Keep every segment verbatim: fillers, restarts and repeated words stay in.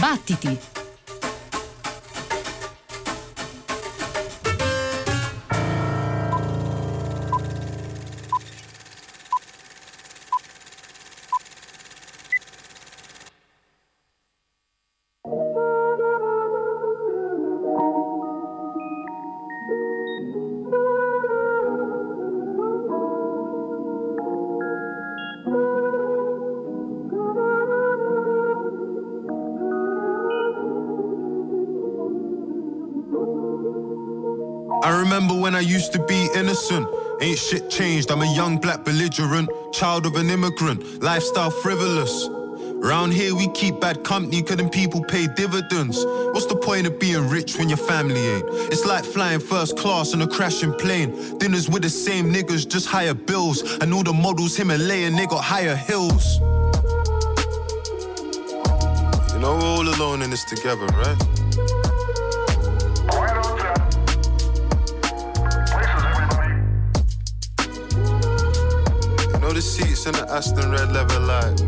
Battiti! I remember when I used to be innocent. Ain't shit changed, I'm a young black belligerent, child of an immigrant, lifestyle frivolous. Round here we keep bad company cause them people pay dividends. What's the point of being rich when your family ain't? It's like flying first class on a crashing plane. Dinners with the same niggas, just higher bills. And all the models Himalayan, they got higher hills. You know we're all alone in this together, right? The seats in the Aston Red leather light.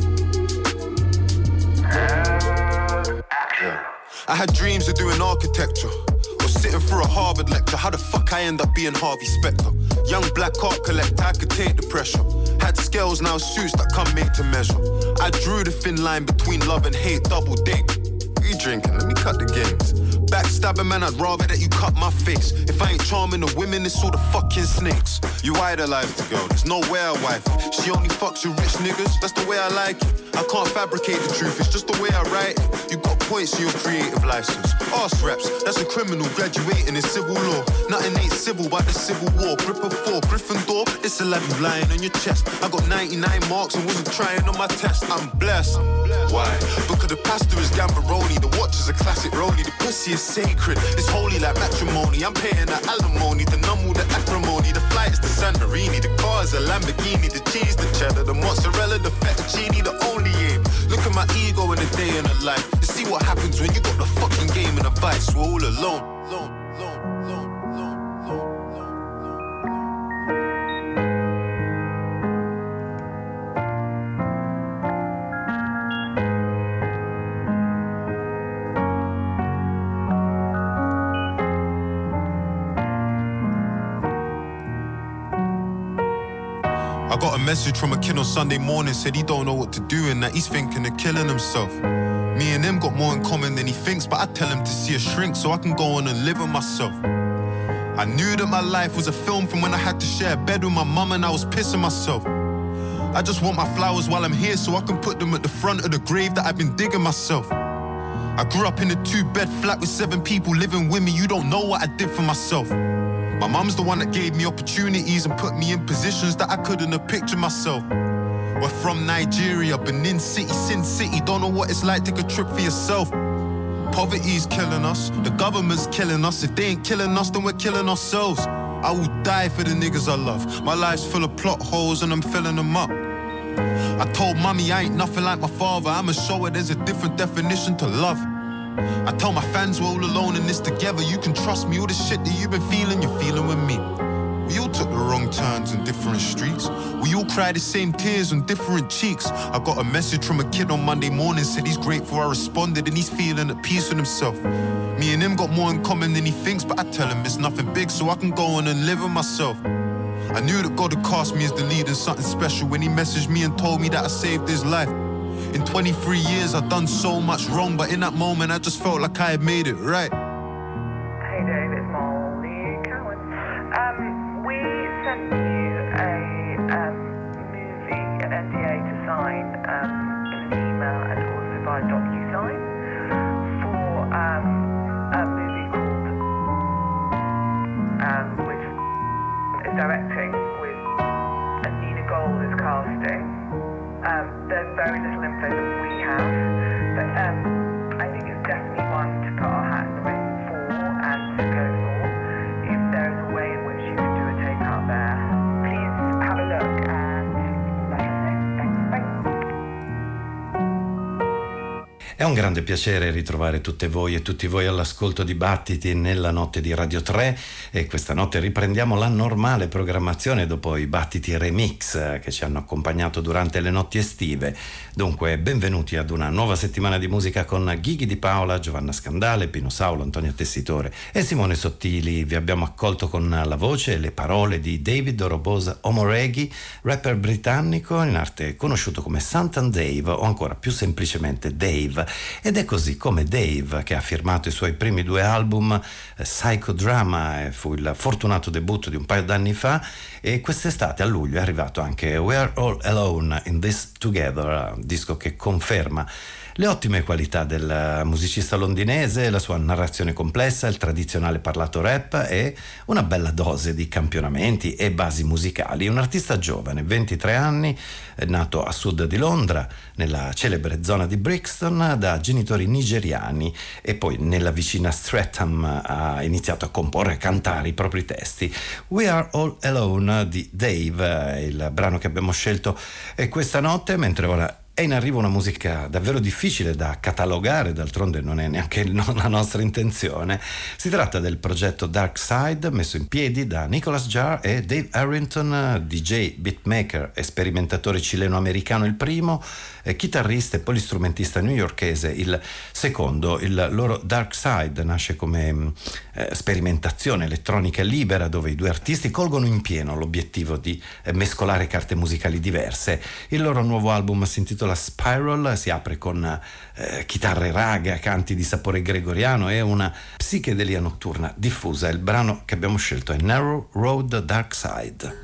Yeah. I had dreams of doing architecture or sitting for a Harvard lecture. How the fuck I end up being Harvey Specter? Young black art collector, I could take the pressure. Had scales, now suits that come made to measure. I drew the thin line between love and hate, double date. What you drinking? Let me cut the games. Backstabbing, man, I'd rather that you cut my face. If I ain't charming the women, it's all the fucking snakes. You idolize the girl, there's no way I wife it. She only fucks you rich niggas, that's the way I like it. I can't fabricate the truth, it's just the way I write it. You got points to your creative license. Arse reps, that's a criminal graduating in civil law. Nothing ain't civil but the civil war. Grip of four, Gryffindor, it's a lad who's lying on your chest. I got ninety-nine marks and wasn't trying on my test. I'm blessed. Why? Because the pastor is Gambaroni, the watch is a classic rollie, the pussy is sacred, it's holy like matrimony. I'm paying the alimony, the numb the acrimony, the flight is the Santorini, the car is a Lamborghini, the cheese, the cheddar, the mozzarella, the fettuccine, the only aim. Look at my ego in a day and a life. You see what happens when you got the fucking game and a vice. We're all alone. alone. I got a message from a kid on Sunday morning, said he don't know what to do and that he's thinking of killing himself. Me and him got more in common than he thinks, but I tell him to see a shrink so I can go on and live with myself. I knew that my life was a film from when I had to share a bed with my mum and I was pissing myself. I just want my flowers while I'm here so I can put them at the front of the grave that I've been digging myself. I grew up in a two-bed flat with seven people living with me. You don't know what I did for myself. My mum's the one that gave me opportunities and put me in positions that I couldn't have pictured myself. We're from Nigeria, Benin City, Sin City. Don't know what it's like, take a trip for yourself. Poverty's killing us, the government's killing us. If they ain't killing us, then we're killing ourselves. I will die for the niggas I love. My life's full of plot holes and I'm filling them up. I told mommy I ain't nothing like my father. I'ma show her there's a different definition to love. I tell my fans we're all alone in this together. You can trust me, all the shit that you've been feeling, you're feeling with me. We all took the wrong turns in different streets. We all cried the same tears on different cheeks. I got a message from a kid on Monday morning, said he's grateful I responded and he's feeling at peace with himself. Me and him got more in common than he thinks, but I tell him it's nothing big so I can go on and live with myself. I knew that God had cast me as the lead in something special when he messaged me and told me that I saved his life. In twenty-three years I've done so much wrong, but in that moment I just felt like I had made it right. Hey Dave, it's Molly Cowan. Um, we sent you a um, movie, an N D A to sign um, in an email and also via DocuSign for um, a movie called, um, which is directing with Nina Gold is casting. Um, there's very little info that we have, but um, I think it's definitely one to put our hat in the ring for and to go for. If there is a way in which you can do a take out there, please have a look and let us know. Thanks. Bye. È un grande piacere ritrovare tutte voi e tutti voi all'ascolto di Battiti nella notte di Radio tre, e questa notte riprendiamo la normale programmazione dopo i Battiti Remix che ci hanno accompagnato durante le notti estive. Dunque benvenuti ad una nuova settimana di musica con Ghighi Di Paola, Giovanna Scandale, Pino Saulo, Antonio Tessitore e Simone Sottili. Vi abbiamo accolto con la voce e le parole di David Dorobosa Omoreghi, rapper britannico in arte conosciuto come Santan Dave o ancora più semplicemente Dave. Ed è così come Dave che ha firmato i suoi primi due album, eh, Psychodrama, e fu il fortunato debutto di un paio d'anni fa, e quest'estate a luglio è arrivato anche We're All Alone in This Together, disco che conferma le ottime qualità del musicista londinese, la sua narrazione complessa, il tradizionale parlato rap e una bella dose di campionamenti e basi musicali. Un artista giovane, ventitré anni, nato a sud di Londra, nella celebre zona di Brixton, da genitori nigeriani, e poi nella vicina Streatham ha iniziato a comporre e cantare i propri testi. We Are All Alone di Dave è il brano che abbiamo scelto questa notte, mentre ora è in arrivo una musica davvero difficile da catalogare, d'altronde non è neanche la nostra intenzione. Si tratta del progetto Dark Side, messo in piedi da Nicholas Jar e Dave Arrington, D J, beatmaker e sperimentatore cileno-americano il primo, eh, chitarrista e polistrumentista newyorkese il secondo. Il loro Dark Side nasce come eh, sperimentazione elettronica libera, dove i due artisti colgono in pieno l'obiettivo di eh, mescolare carte musicali diverse. Il loro nuovo album si intitola La Spiral, si apre con eh, chitarre raga, canti di sapore gregoriano e una psichedelia notturna diffusa. Il brano che abbiamo scelto è Narrow Road Dark Side.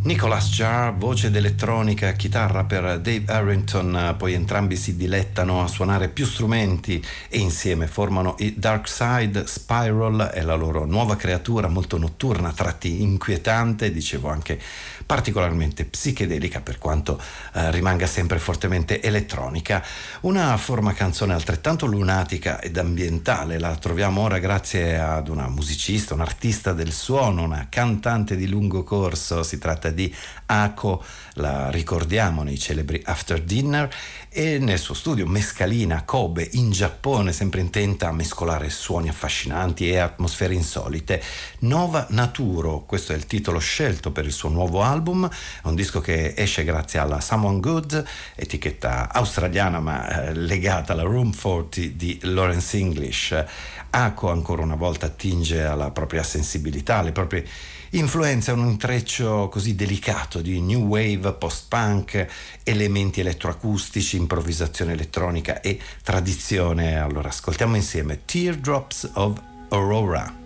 Nicholas Jarre, voce d'elettronica, chitarra per Dave Arrington, poi entrambi si dilettano a suonare più strumenti e insieme formano i Dark Side. Spiral è la loro nuova creatura, molto notturna, a tratti inquietante, dicevo anche particolarmente psichedelica, per quanto eh, rimanga sempre fortemente elettronica. Una forma canzone altrettanto lunatica ed ambientale la troviamo ora grazie ad una musicista, un artista del suono, una cantante di lungo corso. Si tratta di Ako, la ricordiamo nei celebri After Dinner, e nel suo studio Mescalina, Kobe, in Giappone, sempre intenta a mescolare suoni affascinanti e atmosfere insolite. Nova Naturo, questo è il titolo scelto per il suo nuovo album, è un disco che esce grazie alla Someone Good, etichetta australiana ma eh, legata alla Room quaranta di Lawrence English. Ako ancora una volta attinge alla propria sensibilità, alle proprie influenza, un intreccio così delicato di new wave, post-punk, elementi elettroacustici, improvvisazione elettronica e tradizione. Allora ascoltiamo insieme Teardrops of Aurora.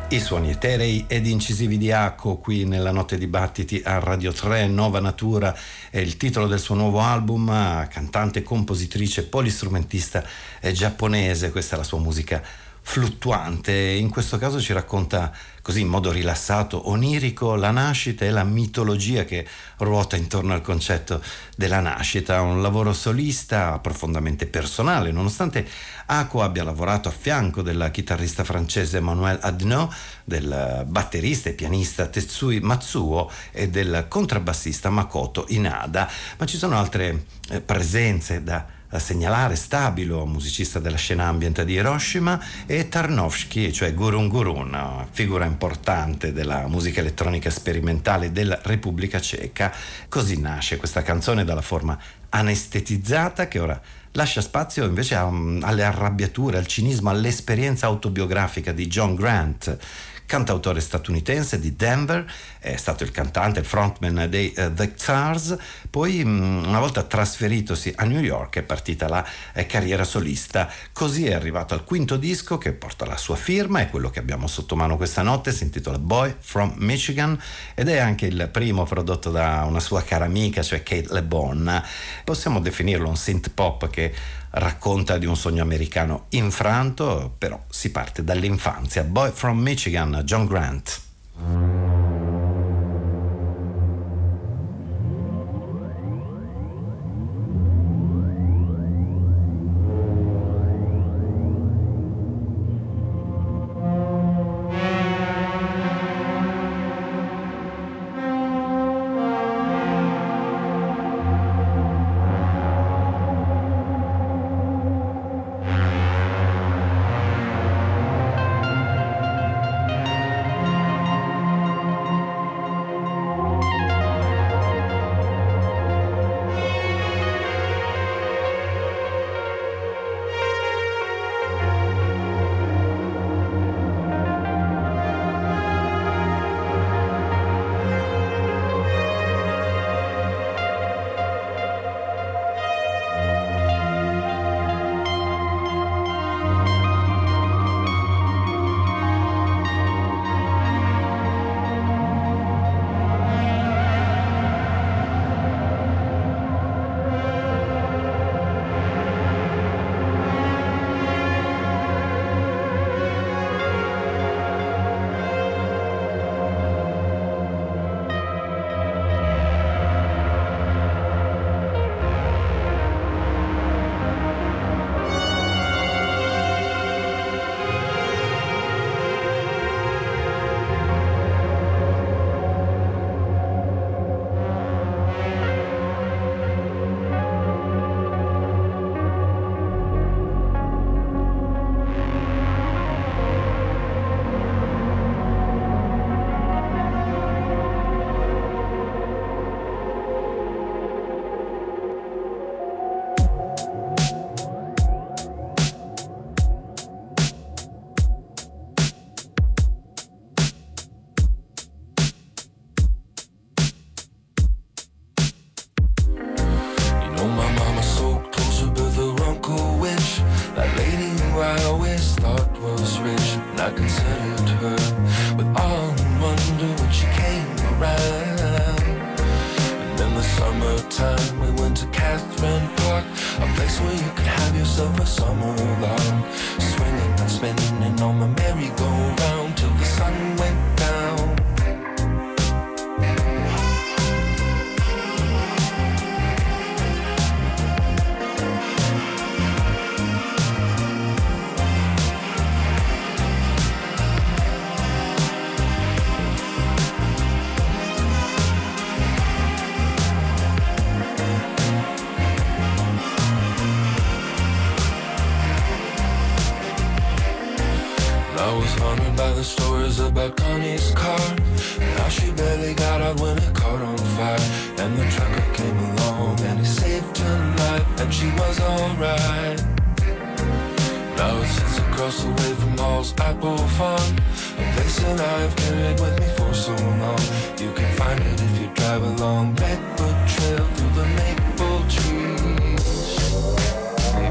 I suoni eterei ed incisivi di Ako qui nella Notte di Battiti a Radio tre. Nova Natura è il titolo del suo nuovo album, cantante, compositrice, polistrumentista giapponese. Questa è la sua musica fluttuante, in questo caso ci racconta così in modo rilassato, onirico, la nascita e la mitologia che ruota intorno al concetto della nascita. Un lavoro solista profondamente personale, nonostante Ako abbia lavorato a fianco del chitarrista francese Emmanuel Adnot, del batterista e pianista Tetsui Matsuo e del contrabbassista Makoto Inada. Ma ci sono altre eh, presenze da a segnalare: Stabilo, musicista della scena ambient di Hiroshima, e Tarnowski, cioè Gurun Gurun, figura importante della musica elettronica sperimentale della Repubblica Ceca. Così nasce questa canzone dalla forma anestetizzata che ora lascia spazio invece a, alle arrabbiature, al cinismo, all'esperienza autobiografica di John Grant, cantautore statunitense di Denver. È stato il cantante, il frontman dei uh, The Stars. Poi mh, una volta trasferitosi a New York è partita la eh, carriera solista. Così è arrivato al quinto disco che porta la sua firma, è quello che abbiamo sotto mano questa notte, si intitola Boy from Michigan ed è anche il primo prodotto da una sua cara amica, cioè Kate LeBon. Possiamo definirlo un synth pop che racconta di un sogno americano infranto, però si parte dall'infanzia. Boy from Michigan, John Grant.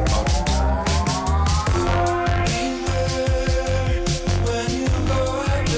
When you go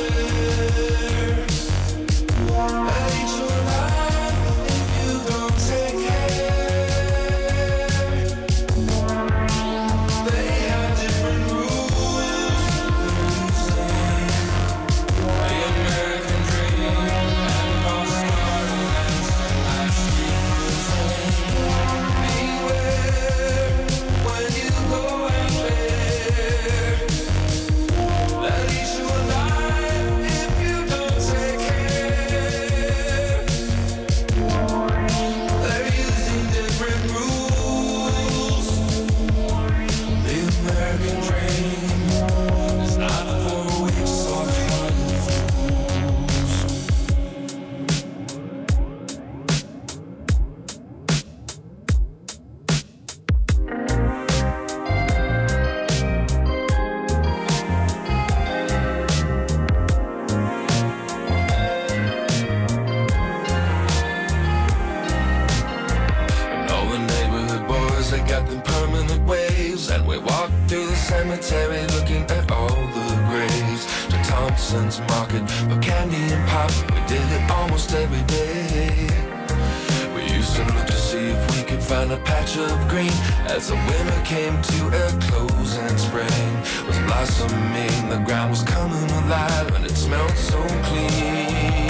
in permanent waves. And we walked through the cemetery looking at all the graves. To Thompson's Market for candy and pop, we did it almost every day. We used to look to see if we could find a patch of green as the winter came to a close and spring was blossoming. The ground was coming alive and it smelled so clean.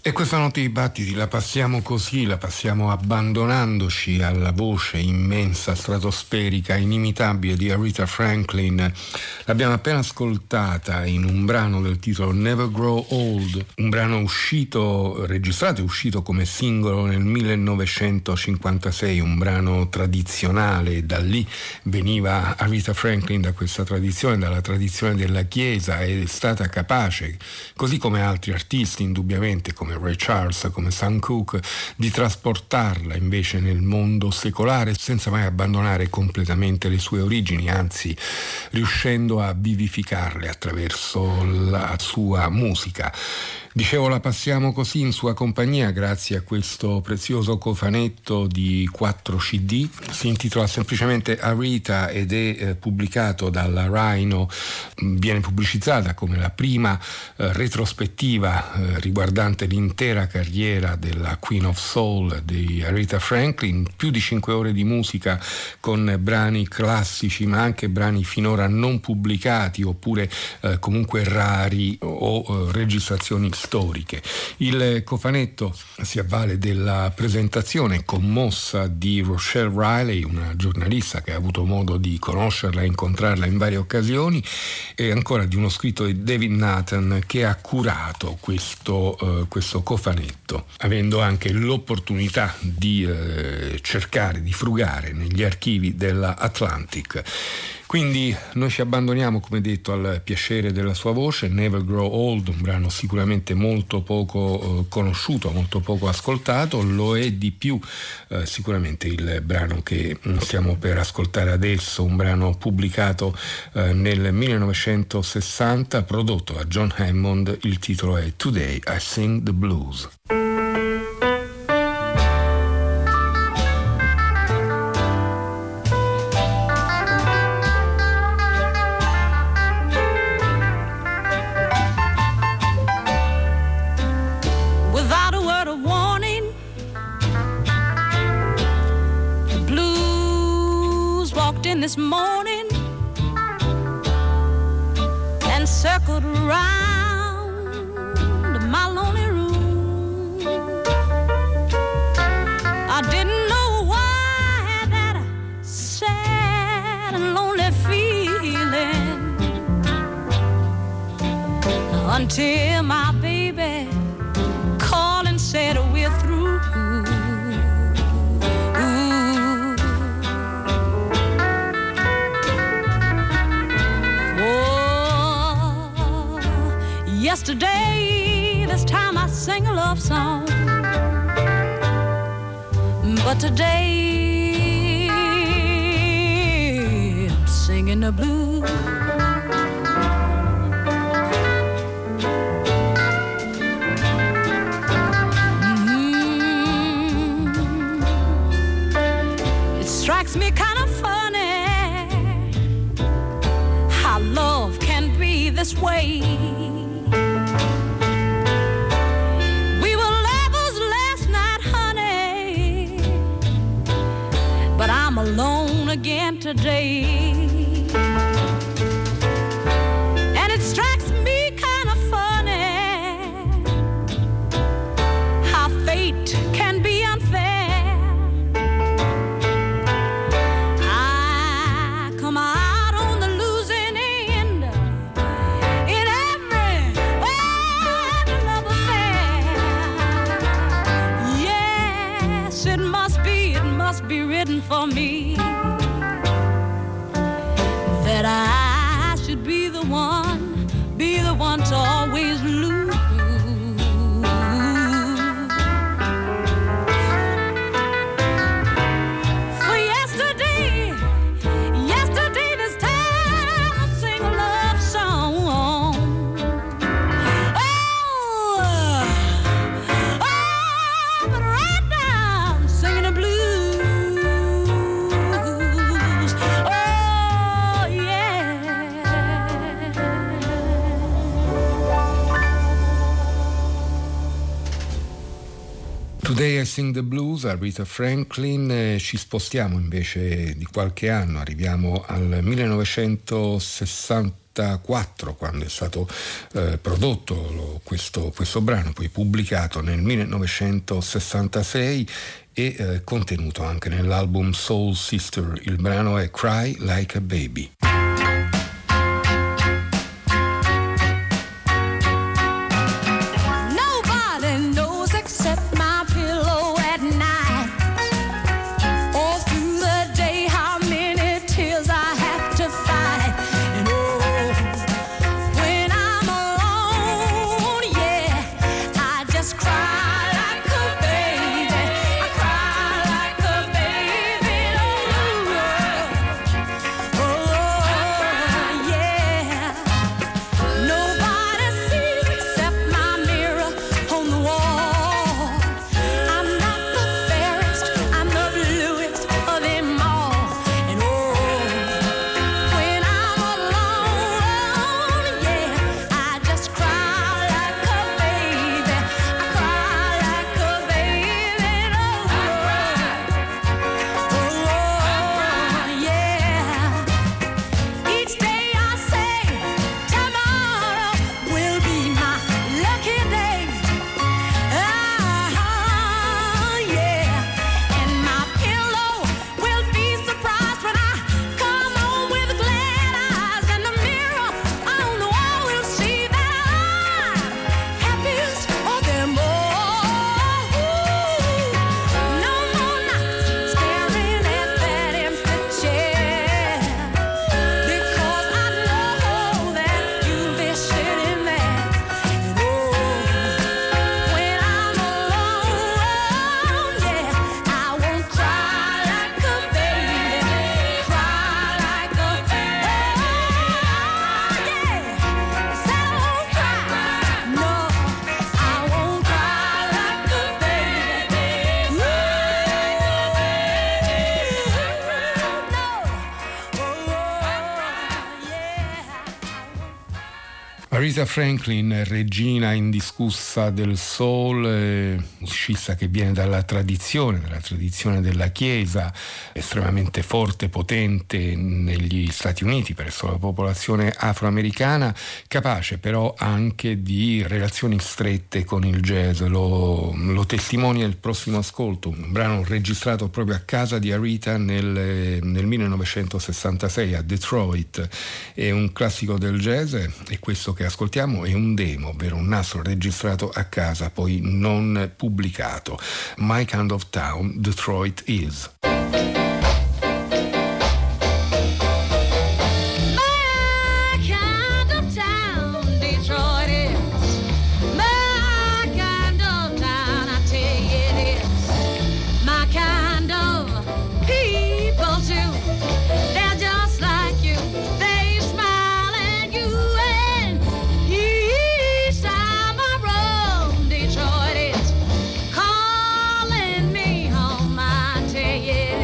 E questa notte di battiti la passiamo così, la passiamo abbandonandoci alla voce immensa, stratosferica, inimitabile di Aretha Franklin. L'abbiamo appena ascoltata in un brano del titolo Never Grow Old, un brano uscito, registrato e uscito come singolo nel millenovecentocinquantasei, un brano tradizionale. Da lì veniva Aretha Franklin, da questa tradizione, dalla tradizione della Chiesa, ed è stata capace, così come altri artisti indubbiamente, come Ray Charles, come Sam Cooke, di trasportarla invece nel mondo secolare senza mai abbandonare completamente le sue origini, anzi riuscendo a vivificarle attraverso la sua musica. Dicevo, la passiamo così in sua compagnia grazie a questo prezioso cofanetto di quattro C D. Si intitola semplicemente Aretha ed è eh, pubblicato dalla Rhino, viene pubblicizzata come la prima eh, retrospettiva eh, riguardante l'intera carriera della Queen of Soul di Aretha Franklin, più di cinque ore di musica con brani classici ma anche brani finora non pubblicati oppure eh, comunque rari o eh, registrazioni storiche. Il cofanetto si avvale della presentazione commossa di Rochelle Riley, una giornalista che ha avuto modo di conoscerla e incontrarla in varie occasioni, e ancora di uno scritto di David Nathan che ha curato questo, uh, questo cofanetto, avendo anche l'opportunità di uh, cercare di frugare negli archivi della Atlantic. Quindi noi ci abbandoniamo, come detto, al piacere della sua voce. Never Grow Old, un brano sicuramente molto poco eh, conosciuto, molto poco ascoltato, lo è di più eh, sicuramente il brano che stiamo per ascoltare adesso, un brano pubblicato eh, nel millenovecentosessanta, prodotto da John Hammond. Il titolo è Today I Sing the Blues. This morning and circled around my lonely room. I didn't know why I had that sad and lonely feeling until my baby called and said we're through. Yesterday, this time I sang a love song, but today I'm singing the blues. Mm-hmm. It strikes me kind of funny how love can be this way. Alone again today, and it strikes me kind of funny how fate can be unfair. I come out on the losing end in every, every love affair. Yes, it must be, it must be written for me that I should be the one, be the one to always lose. For yesterday, yesterday this time I sing a love song. Oh, oh, but right now I'm singing the blues. Today I Sing the Blues, Aretha Franklin. Eh, ci spostiamo invece di qualche anno, arriviamo al millenovecentosessantotto. sessantaquattro quando è stato eh, prodotto lo, questo, questo brano, poi pubblicato nel millenovecentosessantasei e eh, contenuto anche nell'album Soul Sister. Il brano è Cry Like a Baby. Aretha Franklin, regina indiscussa del soul, eh, musicista che viene dalla tradizione, dalla tradizione della Chiesa, estremamente forte, potente negli Stati Uniti presso la popolazione afroamericana, capace però anche di relazioni strette con il jazz. Lo, lo testimonia il prossimo ascolto, un brano registrato proprio a casa di Aretha nel, nel millenovecentosessantasei a Detroit. È un classico del jazz e questo che ascoltiamo è un demo, ovvero un nastro registrato a casa, poi non pubblicato. My Kind of Town, Detroit Is. Yeah.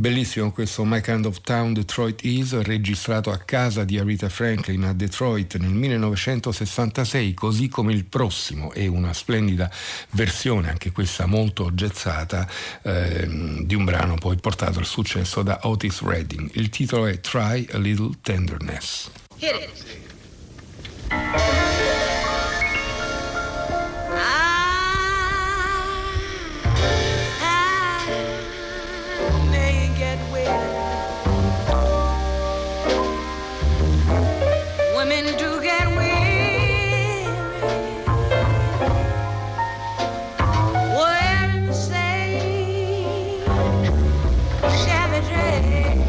Bellissimo questo My Kind of Town Detroit Is, registrato a casa di Aretha Franklin a Detroit nel millenovecentosessantasei, così come il prossimo è una splendida versione, anche questa molto jazzata, eh, di un brano poi portato al successo da Otis Redding. Il titolo è Try a Little Tenderness. Hit it. Women do get weary wearing the same shabby dress,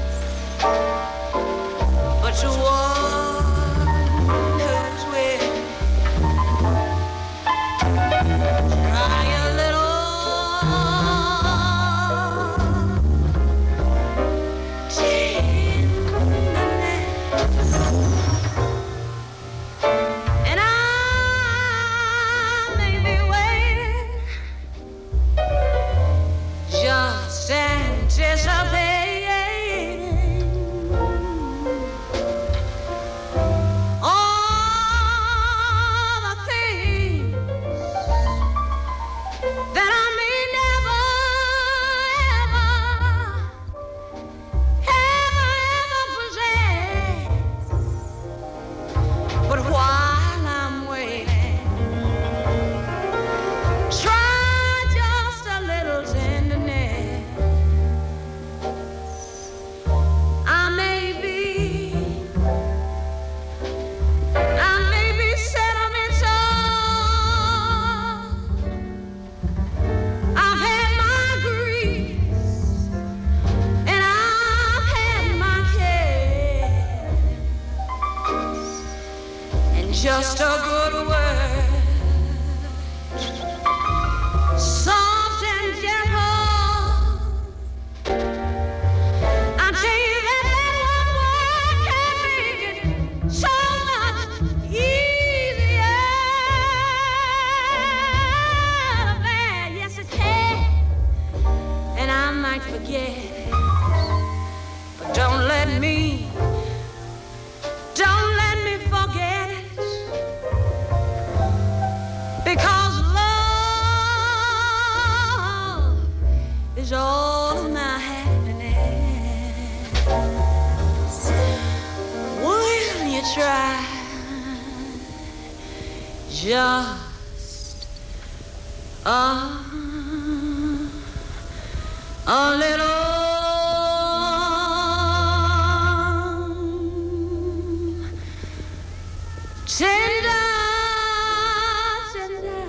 but to one who's with try a little tenderness. And I may be waiting, just anticipating all the things that I may never, ever, ever, ever possess. But while I'm waiting, try just a little tenderness. I may be, I may be sentimental. I've had my griefs and I've had my cares, and just a good word, soft and gentle. I tell you that that one word can make it so much easier. Man, yes it can, and I might forget it, but don't let me, don't let me forget it, because love is all of my happiness. Will you try just a, a little tender, tender,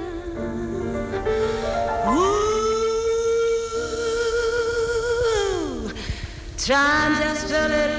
ooh, try just a little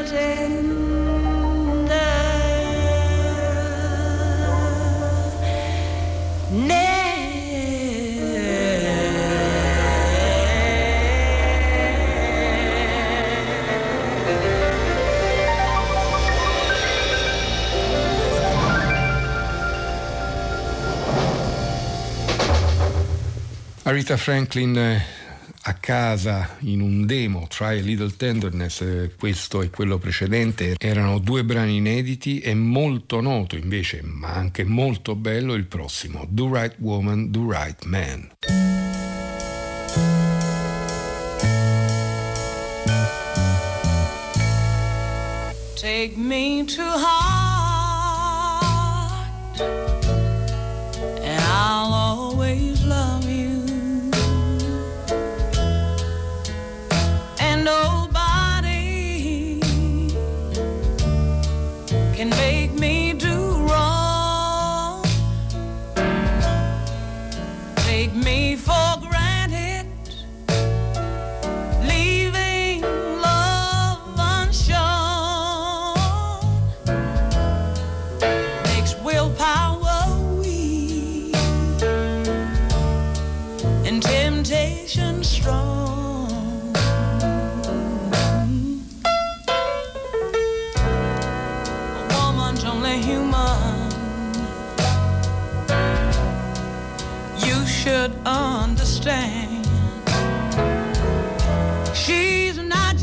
Aretha Franklin eh, a casa in un demo, Try a Little Tenderness, eh, questo e quello precedente erano due brani inediti, e molto noto invece, ma anche molto bello, il prossimo, Do Right Woman, Do Right Man. Take me to heart, and I'll always love you. And nobody can make me do wrong. Take me for granted, leaving love unshown. Makes willpower weak and temptation strong. A woman's only human. You should understand. She's not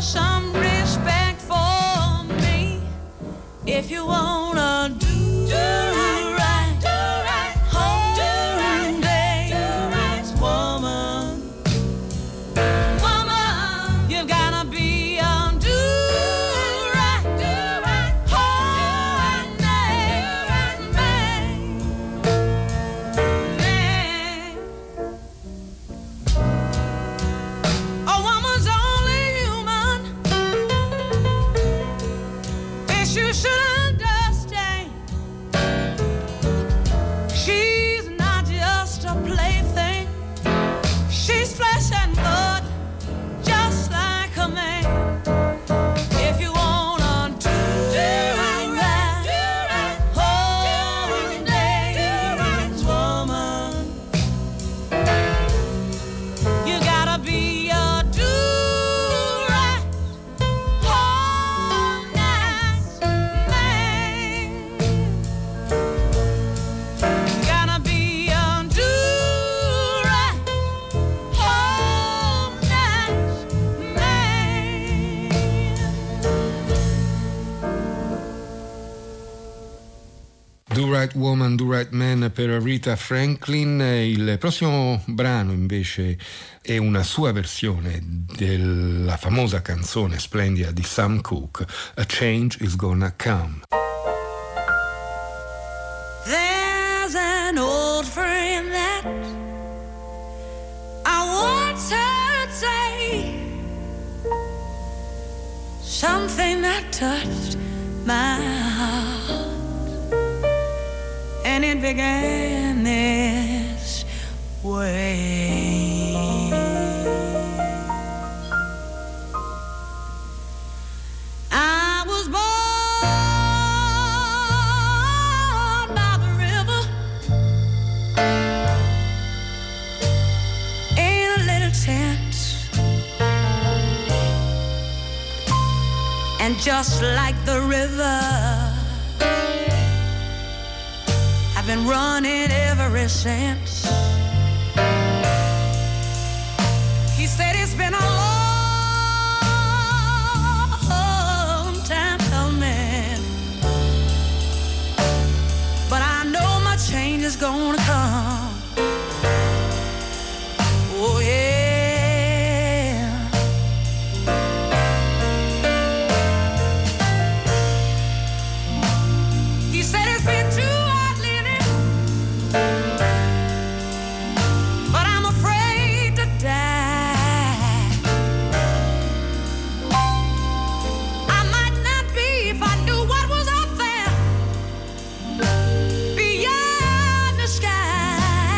some respect for me. If you wanna do, do right, do right, home day, do right, woman, woman, you've gotta be a do right, do right, home day, man, man. A woman's only human. This you should understand. She's not just a plaything. She's flesh and blood, just like a man. If you wanna do right, home days, woman, you gotta be a do right, home nights man. You gotta be a do right, home nights man. Do Right Woman, Do Right Man per Rita Franklin. Il prossimo brano invece è una sua versione della famosa canzone splendida di Sam Cooke, A Change Is Gonna Come. There's an old friend that I once heard say something that touched my heart, and it began this way. I was born by the river in a little tent, and just like the river, I've been running ever since. He said it's been a long time coming, but I know my change is gonna come. Oh yeah. He said it's been too hard living, but I'm afraid to die. I might not be if I knew what was up there beyond the sky.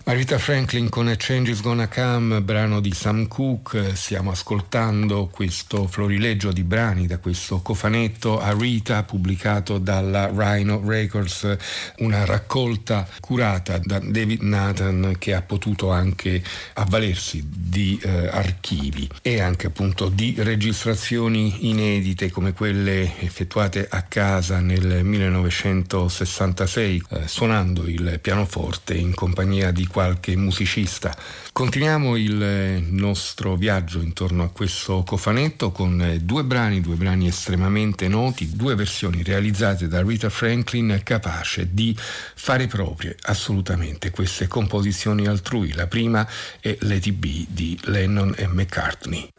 Aretha Franklin con A Change Is Gonna Come, brano di Sam Cooke. Stiamo ascoltando questo florileggio di brani da questo cofanetto Aretha pubblicato dalla Rhino Records, una raccolta curata da David Nathan che ha potuto anche avvalersi di eh, archivi e anche appunto di registrazioni inedite come quelle effettuate a casa nel millenovecentosessantasei eh, suonando il pianoforte in compagnia di qualche musicista. Continuiamo il nostro viaggio intorno a questo cofanetto con due brani, due brani estremamente noti, due versioni realizzate da Aretha Franklin capace di fare proprie assolutamente queste composizioni altrui. La prima è Let It Be di Lennon e McCartney.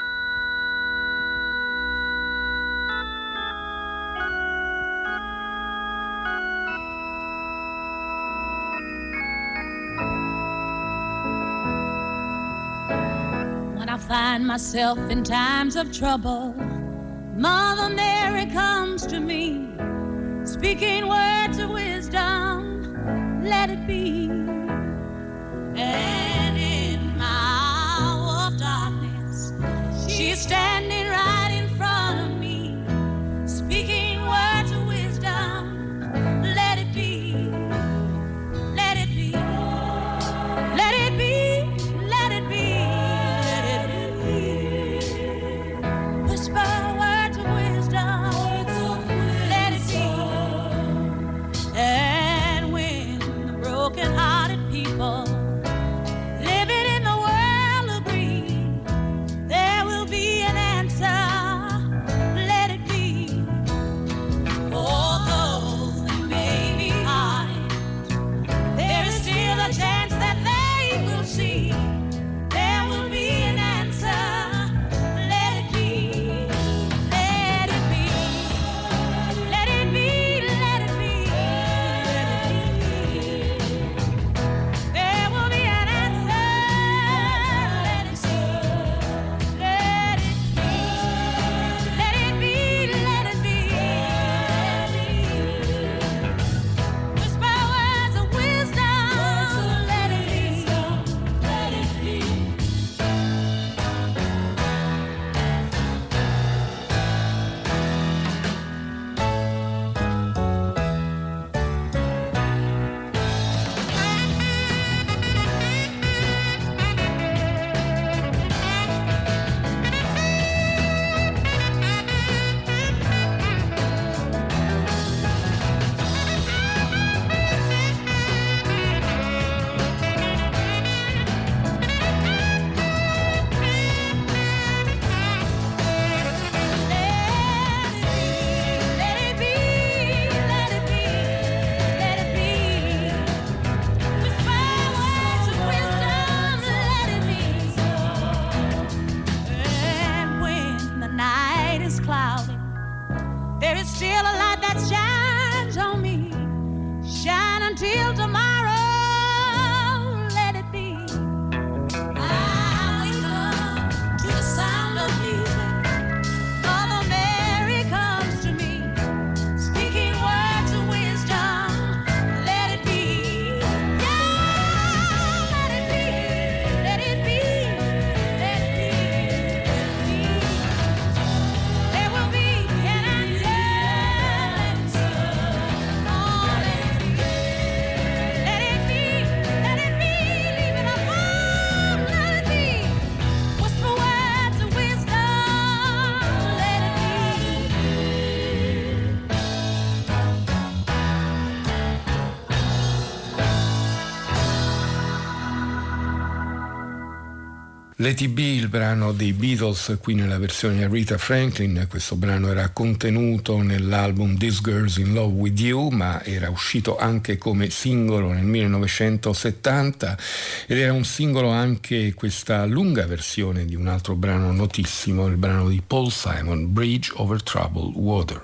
Find myself in times of trouble, Mother Mary comes to me, speaking words of wisdom, let it be. And in my hour of darkness, she's standing right in front of me, speaking words of wisdom, let it be, let it be, let it be, let it be. Broken-hearted people living in the world agree there will be an answer, let it be. Although they may be hard, there is still a chance that they will see there will be an answer, let it be, let it be, let it be, let it be. Let It Be, il brano dei Beatles, qui nella versione di Aretha Franklin. Questo brano era contenuto nell'album This Girl's in Love With You, ma era uscito anche come singolo nel millenovecentosettanta ed era un singolo anche questa lunga versione di un altro brano notissimo, il brano di Paul Simon, Bridge Over Troubled Water.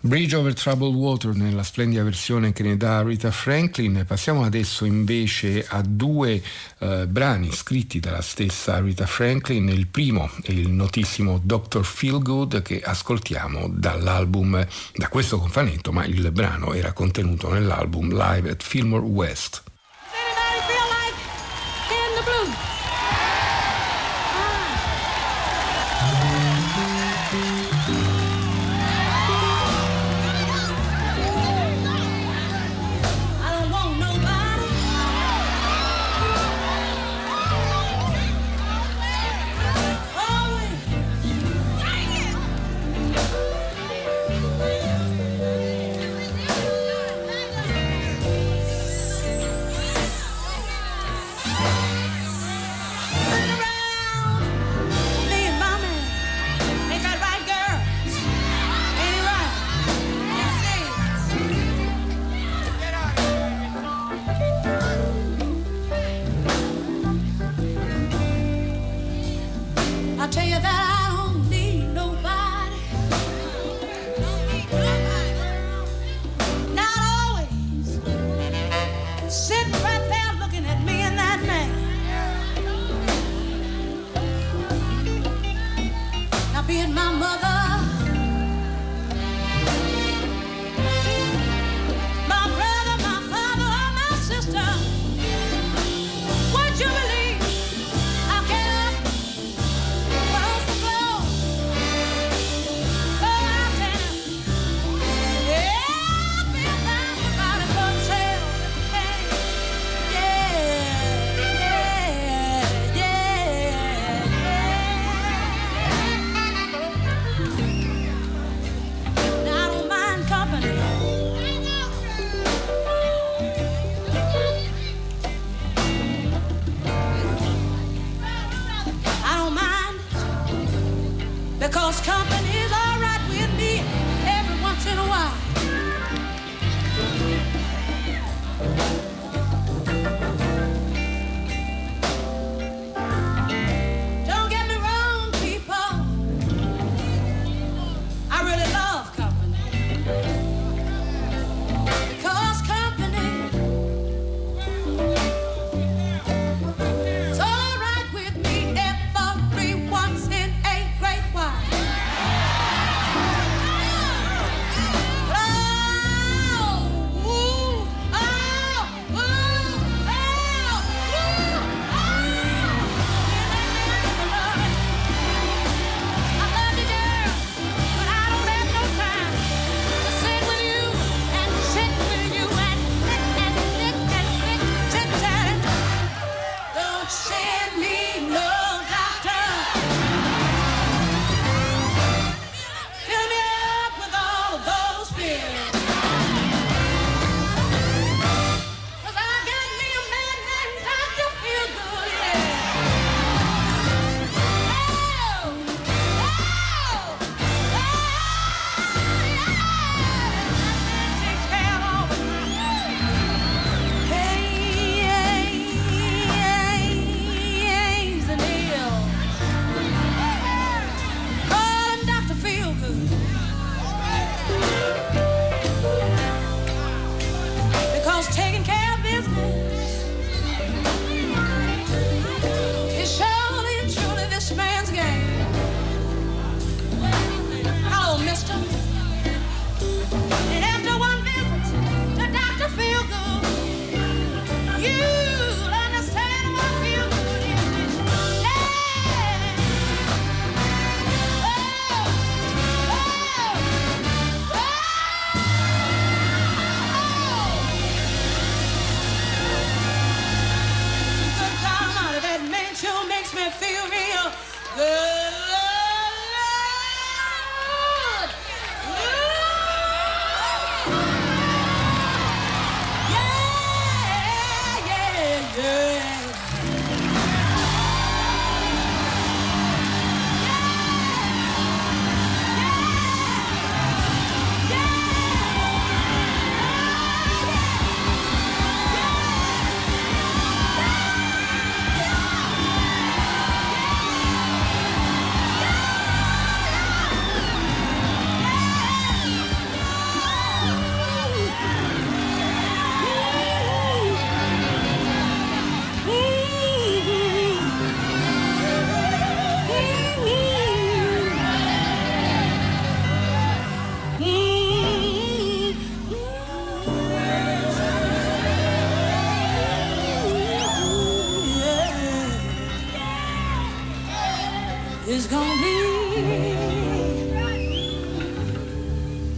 Bridge over Troubled Water nella splendida versione che ne dà Rita Franklin. Passiamo adesso invece a due eh, brani scritti dalla stessa Rita Franklin. Il primo è il notissimo doctor Feelgood, che ascoltiamo dall'album, da questo cofanetto, ma il brano era contenuto nell'album Live at Fillmore West.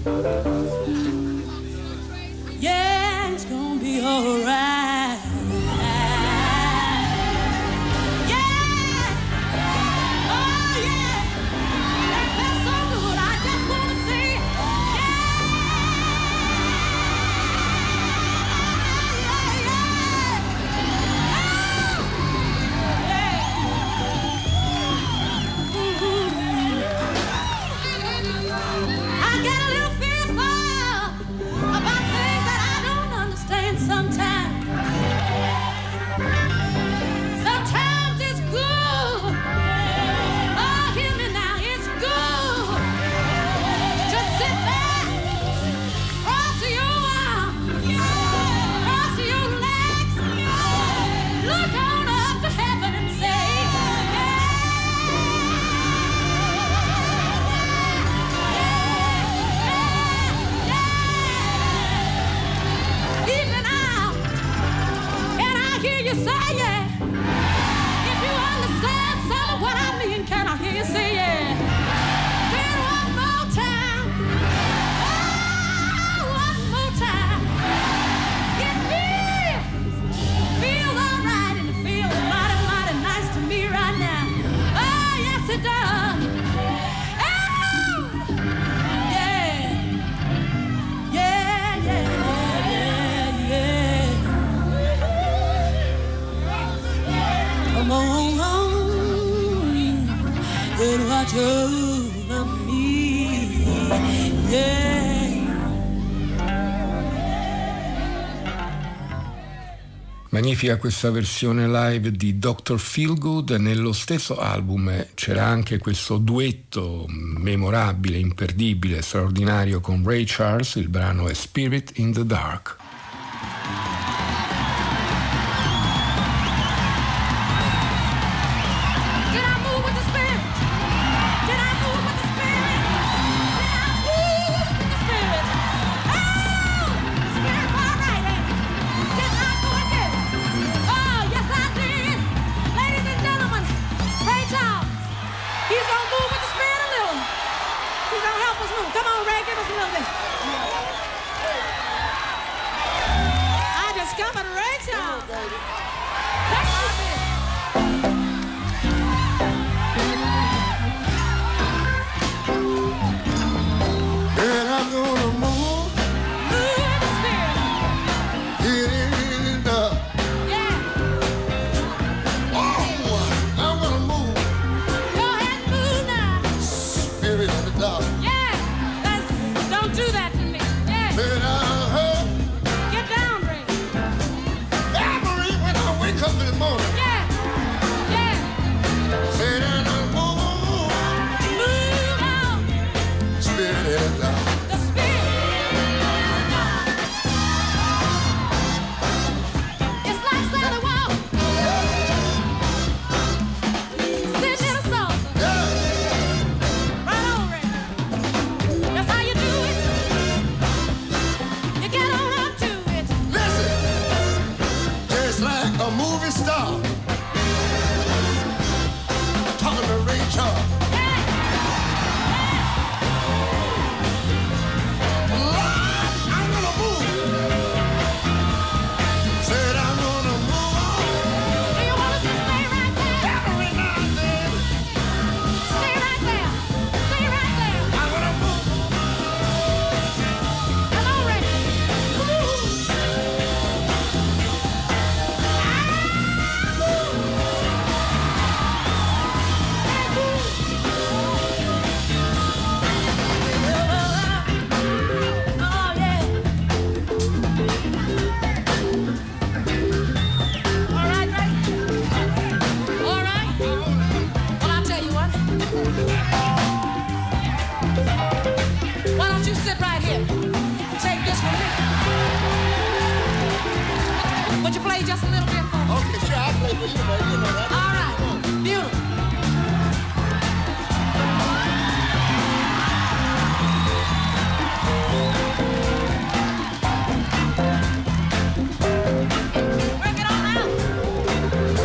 Yeah, it's gonna be alright. Yeah, oh yeah, that feels so good. I just wanna say, yeah, yeah, yeah. I get a little fearful about things that I don't understand sometimes. Sometimes it's good. Oh, hear me now, it's good. Just sit back, cross your arms, cross your legs, look on up to heaven and say, even now, can I hear you say yeah? If you understand some of what I mean, can I hear you say yeah? Say it one more time. Oh, one more time. It feels, feels all right, and it feels mighty, mighty nice to me right now. Oh, yes it does. Oh, yeah. Yeah, yeah, yeah, yeah. Come on, and watch over me. Yeah. Magnifica questa versione live di doctor Feelgood. Nello stesso album c'era anche questo duetto memorabile, imperdibile, straordinario con Ray Charles. Il brano è Spirit in the Dark. Did I move with the spirit? Did I move with the spirit? Did I move with the spirit? Oh, the spirit's all right, ain't it? Yes, I know it did. Oh, yes, I did. Ladies and gentlemen, Ray Charles. He's gonna move with the spirit a little. He's gonna help us move. Come on, Ray, give us a little bit. I discovered Ray Charles. That's my bit. And I'm gonna move Move with the spirit. in the Yeah. oh, I'm gonna move Go ahead and move now. spirit in the dark. Yeah. That's, don't do that to me. Yeah. And I heard Get down, Ray. every when I wake up in the morning. Yeah. Yeah. Say that I'm move Move out. spirit in the dark. The spirit. It's like Sally Walk. Sitting in a saucer. Yeah. Right on, Ray. That's how you do it. You get on up to it. Listen, just like a movie star talking to Ray Charles. Lord, I'm gonna move. Said I'm gonna move Do you want us to stay right there? every now and then. Stay right there. Stay right there. I'm gonna move. Come on, Ray. Oh, yeah. All right, Ray. All right. Well, I'll tell you what. Why don't you sit right here? Take this from me. Would you play just a little bit for me? Okay, sure, I'll play for you, baby. You know that. All right. Beautiful. Work it on out.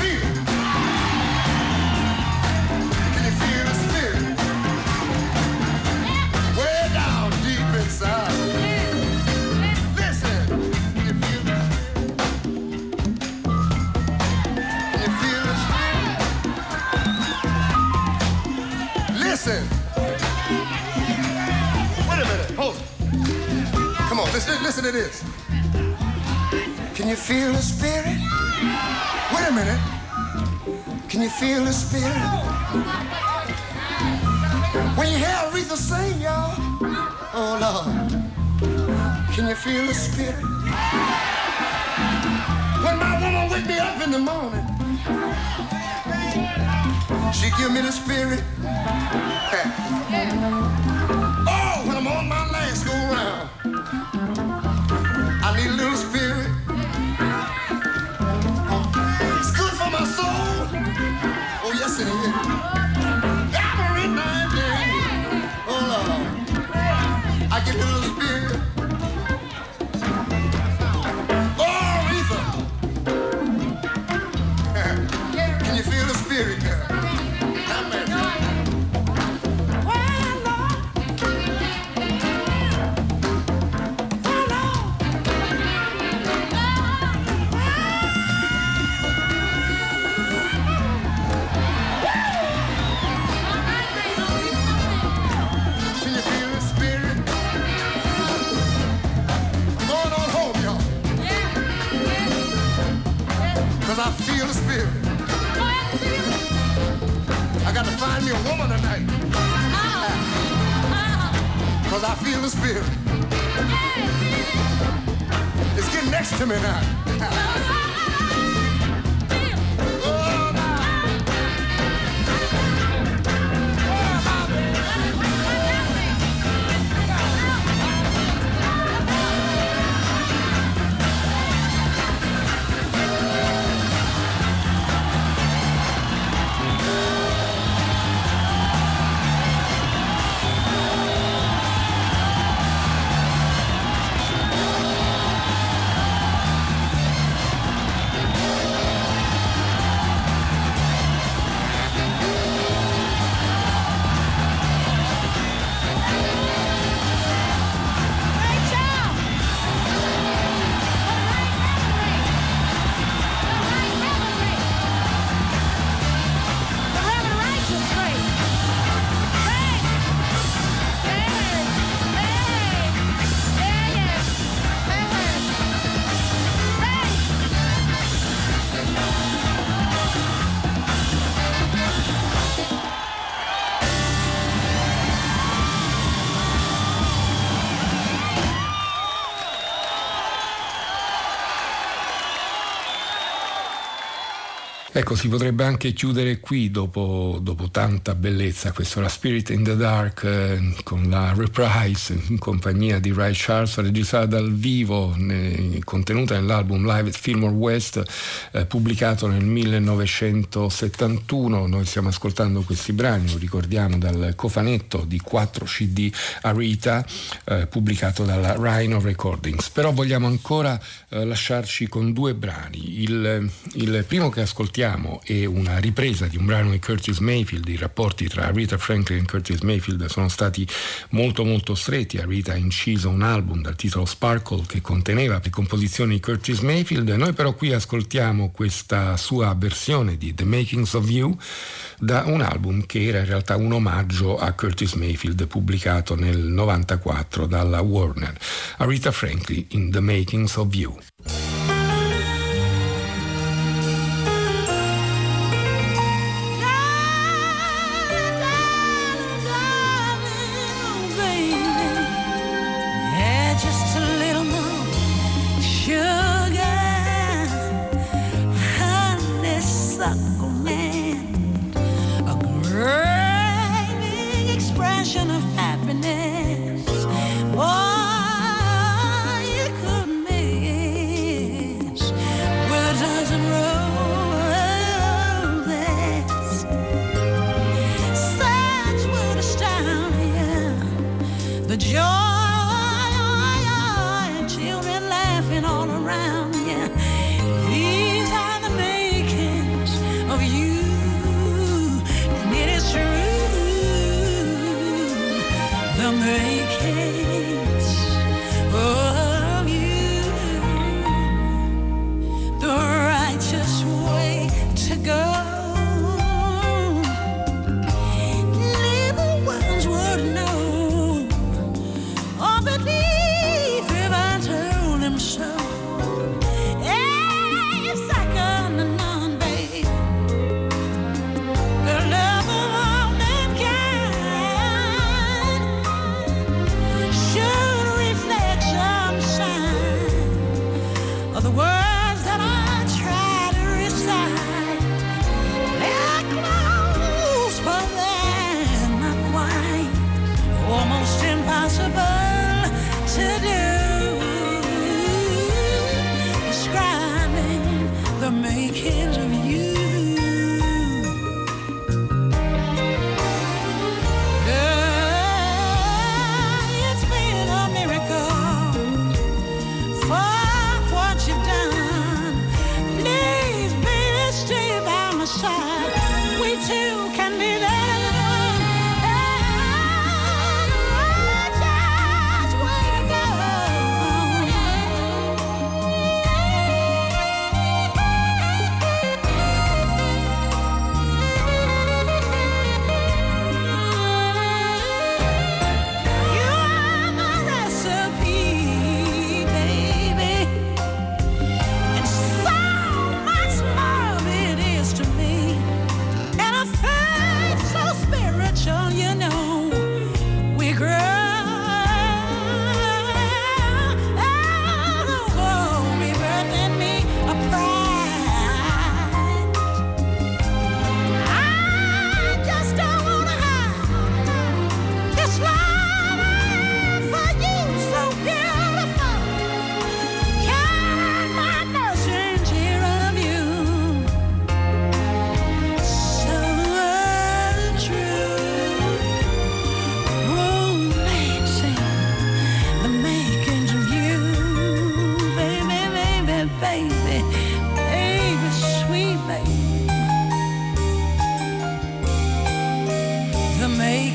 feel it? Can you feel the spirit? Way down deep inside. Listen, can you feel the spirit? Can you feel the spirit? Listen. Wait a minute, hold it. Come on, listen, listen to this. Can you feel the spirit? Wait a minute. Can you feel the spirit? When you hear Aretha sing, y'all, oh Lord, can you feel the spirit? When my woman wake me up in the morning, she give me the spirit. Oh, when I'm on my last go round, I need a little spirit. It's good for my soul. Oh, yes, it is. Every night, day. Oh, Lord. I get a little spirit. Oh, Aretha. Can you feel the spirit, girl? Amen. I feel the spirit. I got to find me a woman tonight. Because I feel the spirit. It's getting next to me now. Ecco, si potrebbe anche chiudere qui dopo, dopo tanta bellezza. Questo era Spirit in the Dark eh, con la reprise in compagnia di Ray Charles, registrata dal vivo, ne, contenuta nell'album Live at Fillmore West, eh, pubblicato nel millenovecentosettantuno. Noi stiamo ascoltando questi brani, lo ricordiamo, dal cofanetto di quattro C D Aretha, eh, pubblicato dalla Rhino Recordings. Però vogliamo ancora eh, lasciarci con due brani. Il, il primo che ascoltiamo è una ripresa di un brano di Curtis Mayfield. I rapporti tra Aretha Franklin e Curtis Mayfield sono stati molto molto stretti. Aretha ha inciso un album dal titolo Sparkle che conteneva le composizioni di Curtis Mayfield. Noi però qui ascoltiamo questa sua versione di The Makings of You da un album che era in realtà un omaggio a Curtis Mayfield, pubblicato nel novantaquattro dalla Warner. Aretha Franklin in The Makings of You. Children laughing all around, yeah. These are the makings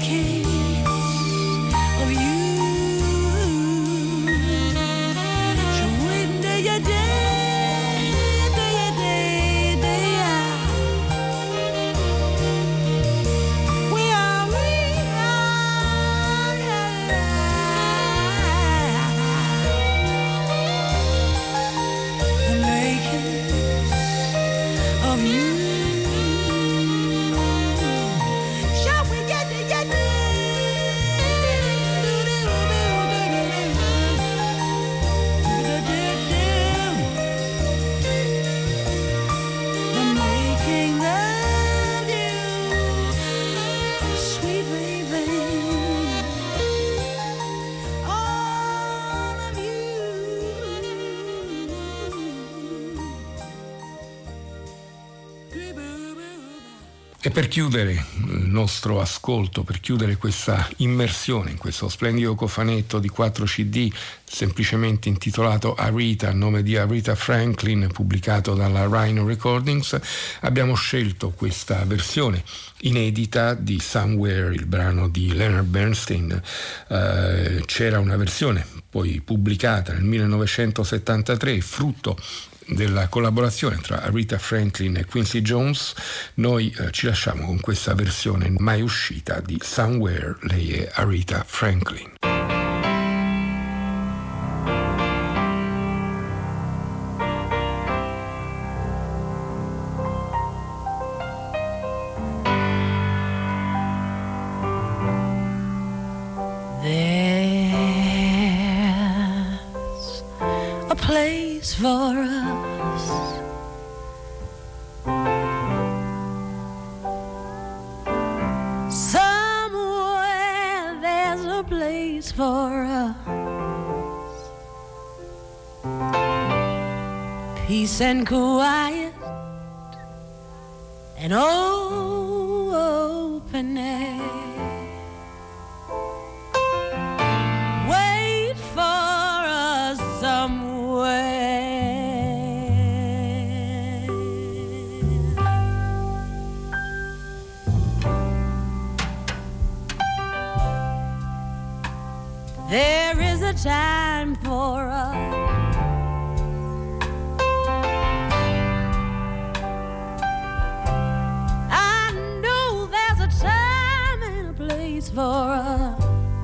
E per chiudere il nostro ascolto, per chiudere questa immersione in questo splendido cofanetto di quattro C D semplicemente intitolato Aretha, a nome di Aretha Franklin, pubblicato dalla Rhino Recordings, abbiamo scelto questa versione inedita di Somewhere, il brano di Leonard Bernstein. Eh, c'era una versione poi pubblicata nel millenovecentosettantatré, frutto della collaborazione tra Aretha Franklin e Quincy Jones. Noi eh, ci lasciamo con questa versione mai uscita di Somewhere, lei è Aretha Franklin. There's a place for us, somewhere there's a place for us, peace and quiet and open air. Wait for us somewhere. There is a time for us, I know there's a time and a place for us.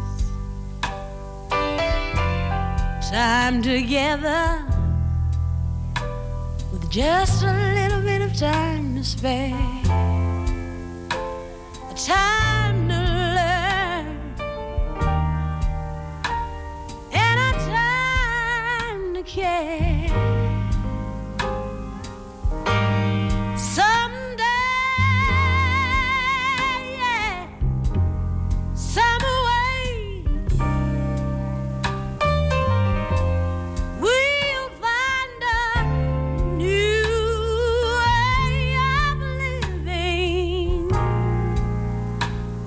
Time together with just a little bit of time to spare. A time to learn and a time to care. Someday, yeah, some way we'll find a new way of living.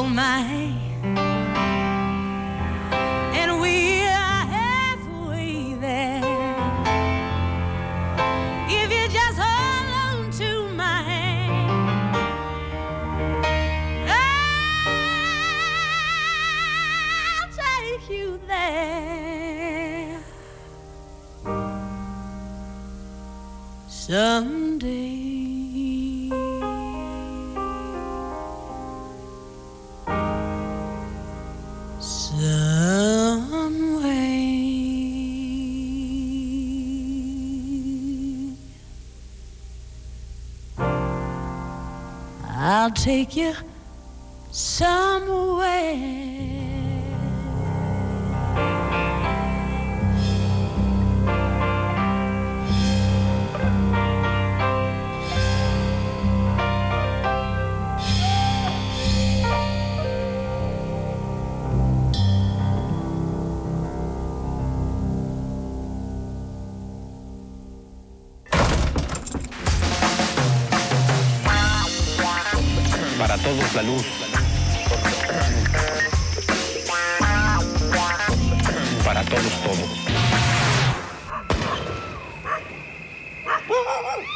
hold my hand, and we are halfway there. If you just hold on to my hand, I'll take you there someday. I'll take you somewhere. Para todos la luz. Para todos todo.